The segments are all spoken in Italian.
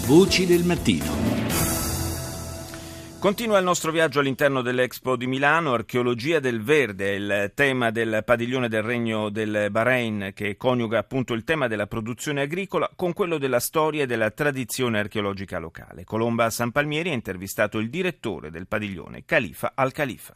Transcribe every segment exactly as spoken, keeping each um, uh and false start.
Voci del mattino. Continua il nostro viaggio all'interno dell'Expo di Milano. Archeologia del verde è il tema del padiglione del Regno del Bahrain, che coniuga appunto il tema della produzione agricola con quello della storia e della tradizione archeologica locale. Colomba Sanpalmieri ha intervistato il direttore del padiglione, Khalifa Al Khalifa.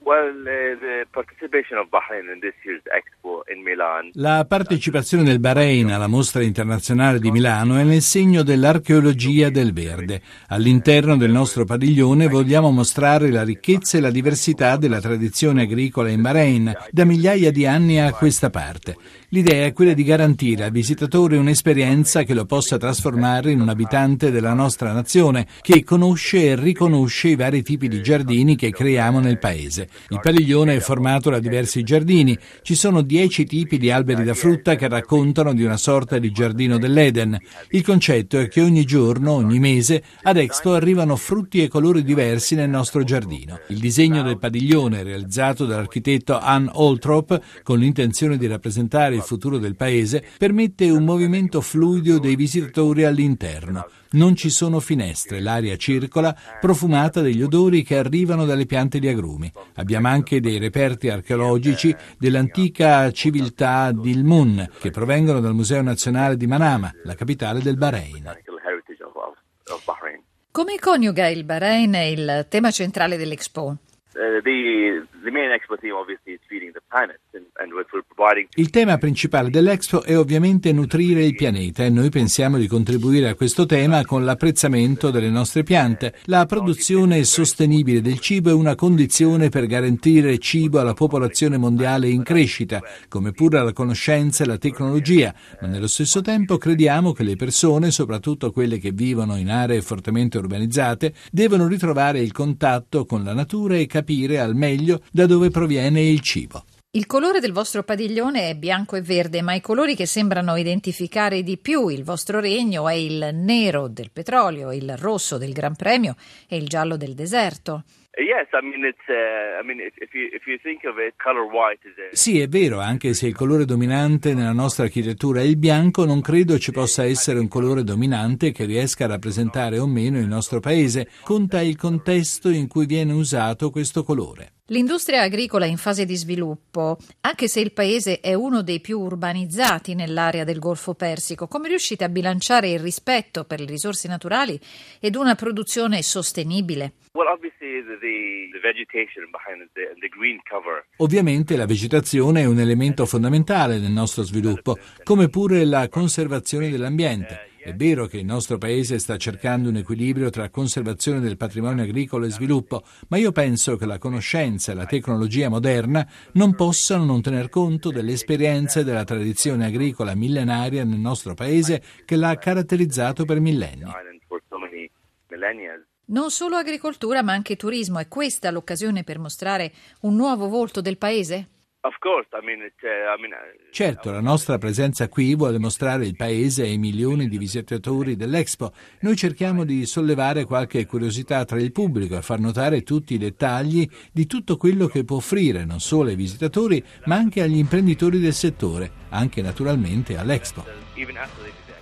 La partecipazione del Bahrain alla mostra internazionale di Milano è nel segno dell'archeologia del verde. All'interno del nostro padiglione vogliamo mostrare la ricchezza e la diversità della tradizione agricola in Bahrain da migliaia di anni a questa parte. L'idea è quella di garantire al visitatore un'esperienza che lo possa trasformare in un abitante della nostra nazione, che conosce e riconosce i vari tipi di giardini che creiamo nel paese. Il padiglione è formato da diversi giardini. Ci sono dieci tipi di alberi da frutta che raccontano di una sorta di giardino dell'Eden. Il concetto è che ogni giorno, ogni mese, ad Expo arrivano frutti e colori diversi nel nostro giardino. Il disegno del padiglione, realizzato dall'architetto Ann Altrop con l'intenzione di rappresentare il futuro del paese, permette un movimento fluido dei visitatori all'interno. Non ci sono finestre, l'aria circola, profumata degli odori che arrivano dalle piante di agrumi. Abbiamo anche dei reperti archeologici dell'antica civiltà di Ilmun, che provengono dal Museo Nazionale di Manama, la capitale del Bahrain. Come coniuga il Bahrain il tema centrale dell'Expo? Il tema principale dell'Expo è ovviamente nutrire il pianeta e noi pensiamo di contribuire a questo tema con l'apprezzamento delle nostre piante. La produzione sostenibile del cibo è una condizione per garantire cibo alla popolazione mondiale in crescita, come pure la conoscenza e la tecnologia, ma nello stesso tempo crediamo che le persone, soprattutto quelle che vivono in aree fortemente urbanizzate, devono ritrovare il contatto con la natura e capire al meglio da dove proviene il cibo. Il colore del vostro padiglione è bianco e verde, ma i colori che sembrano identificare di più il vostro regno è il nero del petrolio, il rosso del Gran Premio e il giallo del deserto. Sì, è vero, anche se il colore dominante nella nostra architettura è il bianco, non credo ci possa essere un colore dominante che riesca a rappresentare o meno il nostro paese. Conta il contesto in cui viene usato questo colore. L'industria agricola è in fase di sviluppo, anche se il paese è uno dei più urbanizzati nell'area del Golfo Persico. Come riuscite a bilanciare il rispetto per le risorse naturali ed una produzione sostenibile? Ovviamente la vegetazione è un elemento fondamentale nel nostro sviluppo, come pure la conservazione dell'ambiente. È vero che il nostro paese sta cercando un equilibrio tra conservazione del patrimonio agricolo e sviluppo, ma io penso che la conoscenza e la tecnologia moderna non possano non tener conto delle esperienze e della tradizione agricola millenaria nel nostro paese che l'ha caratterizzato per millenni. Non solo agricoltura, ma anche turismo. È questa l'occasione per mostrare un nuovo volto del paese? Certo, la nostra presenza qui vuole mostrare il paese ai milioni di visitatori dell'Expo. Noi cerchiamo di sollevare qualche curiosità tra il pubblico e far notare tutti i dettagli di tutto quello che può offrire non solo ai visitatori, ma anche agli imprenditori del settore, anche naturalmente all'Expo.